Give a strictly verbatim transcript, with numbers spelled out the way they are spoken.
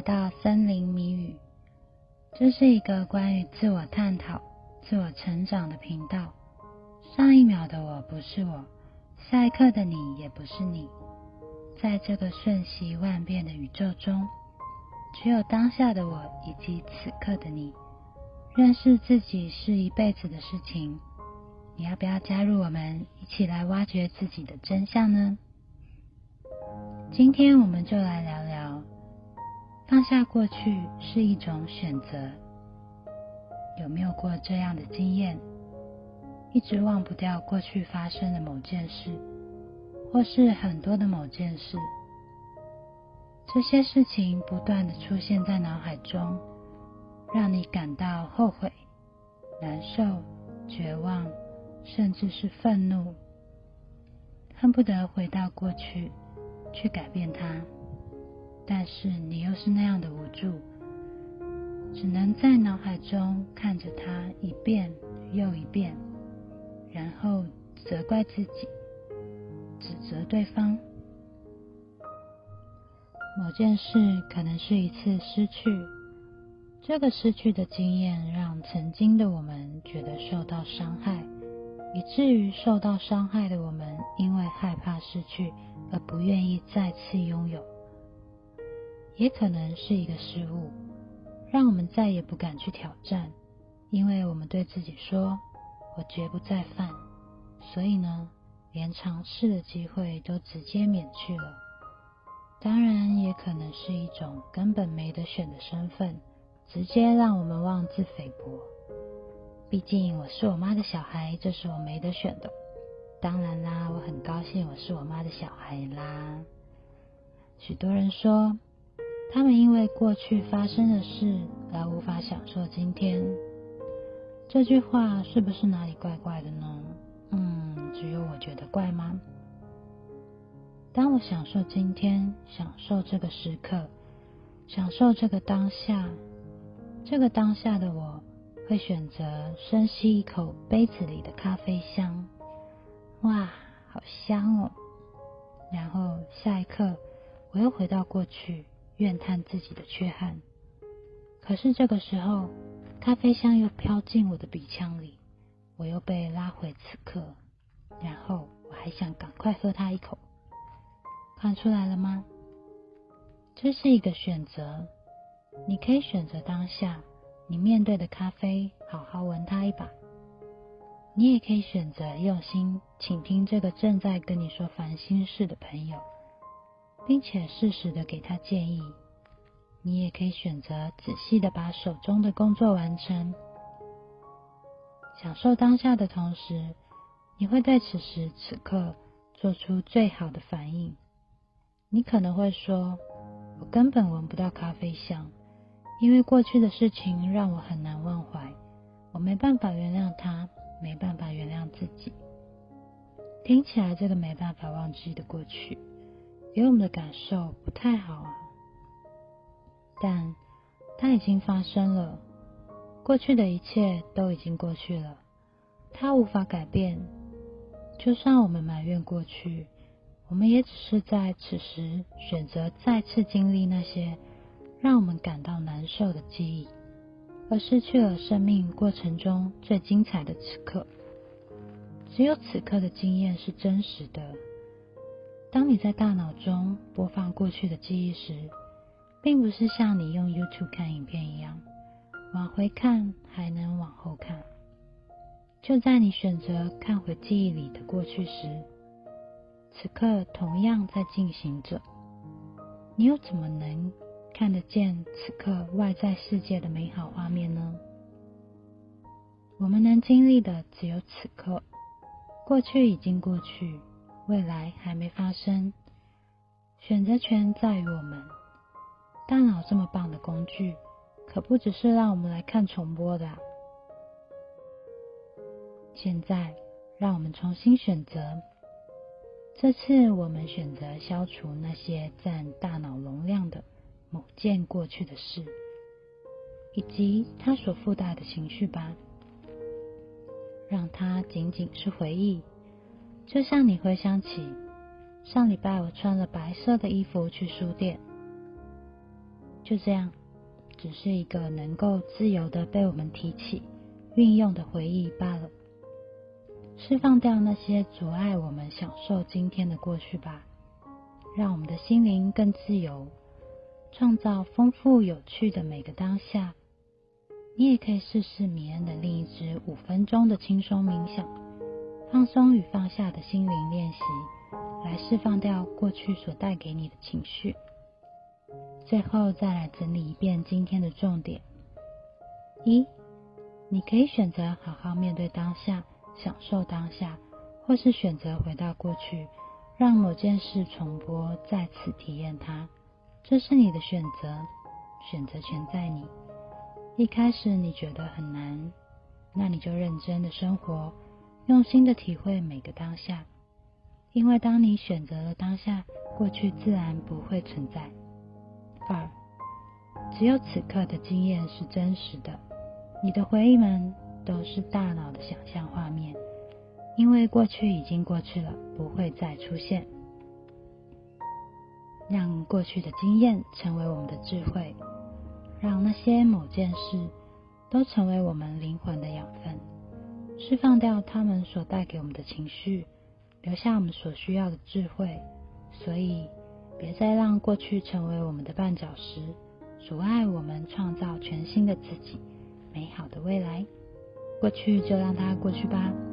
到森林谜语，这是一个关于自我探讨、自我成长的频道。上一秒的我不是我，下一刻的你也不是你。在这个瞬息万变的宇宙中，只有当下的我以及此刻的你。认识自己是一辈子的事情，你要不要加入我们一起来挖掘自己的真相呢？今天我们就来聊聊放下过去是一种选择。有没有过这样的经验，一直忘不掉过去发生的某件事，或是很多的某件事，这些事情不断的出现在脑海中，让你感到后悔、难受、绝望，甚至是愤怒，恨不得回到过去去改变它，但是你又是那样的无助，只能在脑海中看着它一遍又一遍，然后责怪自己，指责对方。某件事可能是一次失去，这个失去的经验让曾经的我们觉得受到伤害，以至于受到伤害的我们因为害怕失去而不愿意再次拥有。也可能是一个失误，让我们再也不敢去挑战，因为我们对自己说，我绝不再犯，所以呢，连尝试的机会都直接免去了。当然也可能是一种根本没得选的身份，直接让我们妄自菲薄。毕竟我是我妈的小孩，这是我没得选的。当然啦，我很高兴我是我妈的小孩啦。许多人说他们因为过去发生的事而无法享受今天，这句话是不是哪里怪怪的呢？嗯，只有我觉得怪吗？当我享受今天，享受这个时刻，享受这个当下，这个当下的我会选择深吸一口杯子里的咖啡香，哇，好香哦！然后下一刻我又回到过去，怨叹自己的缺憾。可是这个时候，咖啡香又飘进我的鼻腔里，我又被拉回此刻，然后我还想赶快喝它一口。看出来了吗？这是一个选择，你可以选择当下你面对的咖啡，好好闻它一把。你也可以选择用心倾听这个正在跟你说烦心事的朋友，并且适时的给他建议。你也可以选择仔细的把手中的工作完成。享受当下的同时，你会在此时此刻做出最好的反应。你可能会说，我根本闻不到咖啡香，因为过去的事情让我很难忘怀，我没办法原谅他，没办法原谅自己。听起来这个没办法忘记的过去，给我们的感受不太好啊。但它已经发生了，过去的一切都已经过去了，它无法改变。就算我们埋怨过去，我们也只是在此时选择再次经历那些让我们感到难受的记忆，而失去了生命过程中最精彩的此刻。只有此刻的经验是真实的。当你在大脑中播放过去的记忆时，并不是像你用 YouTube 看影片一样，往回看还能往后看。就在你选择看回记忆里的过去时，此刻同样在进行着。你又怎么能看得见此刻外在世界的美好画面呢？我们能经历的只有此刻，过去已经过去，未来还没发生。选择权在于我们。大脑这么棒的工具，可不只是让我们来看重播的啊。现在让我们重新选择，这次我们选择消除那些占大脑容量的某件过去的事，以及它所附带的情绪吧。让它仅仅是回忆，就像你回想起上礼拜我穿了白色的衣服去书店， 就这样，只是一个能够自由的被我们提起、运用的回忆罢了。释放掉那些阻碍我们享受今天的过去吧，让我们的心灵更自由，创造丰富有趣的每个当下。你也可以试试米恩的另一支五分钟的轻松冥想，放松与放下的心灵练习，来释放掉过去所带给你的情绪。最后再来整理一遍今天的重点。一，你可以选择好好面对当下，享受当下，或是选择回到过去，让某件事重播，再次体验它。这是你的选择，选择权在你。一开始你觉得很难，那你就认真的生活，用心的体会每个当下。因为当你选择了当下，过去自然不会存在。二，只有此刻的经验是真实的，你的回忆们都是大脑的想象画面，因为过去已经过去了，不会再出现。让过去的经验成为我们的智慧，让那些某件事都成为我们灵魂的养分，释放掉它们所带给我们的情绪，留下我们所需要的智慧。所以别再让过去成为我们的绊脚石，阻碍我们创造全新的自己，美好的未来。过去就让它过去吧。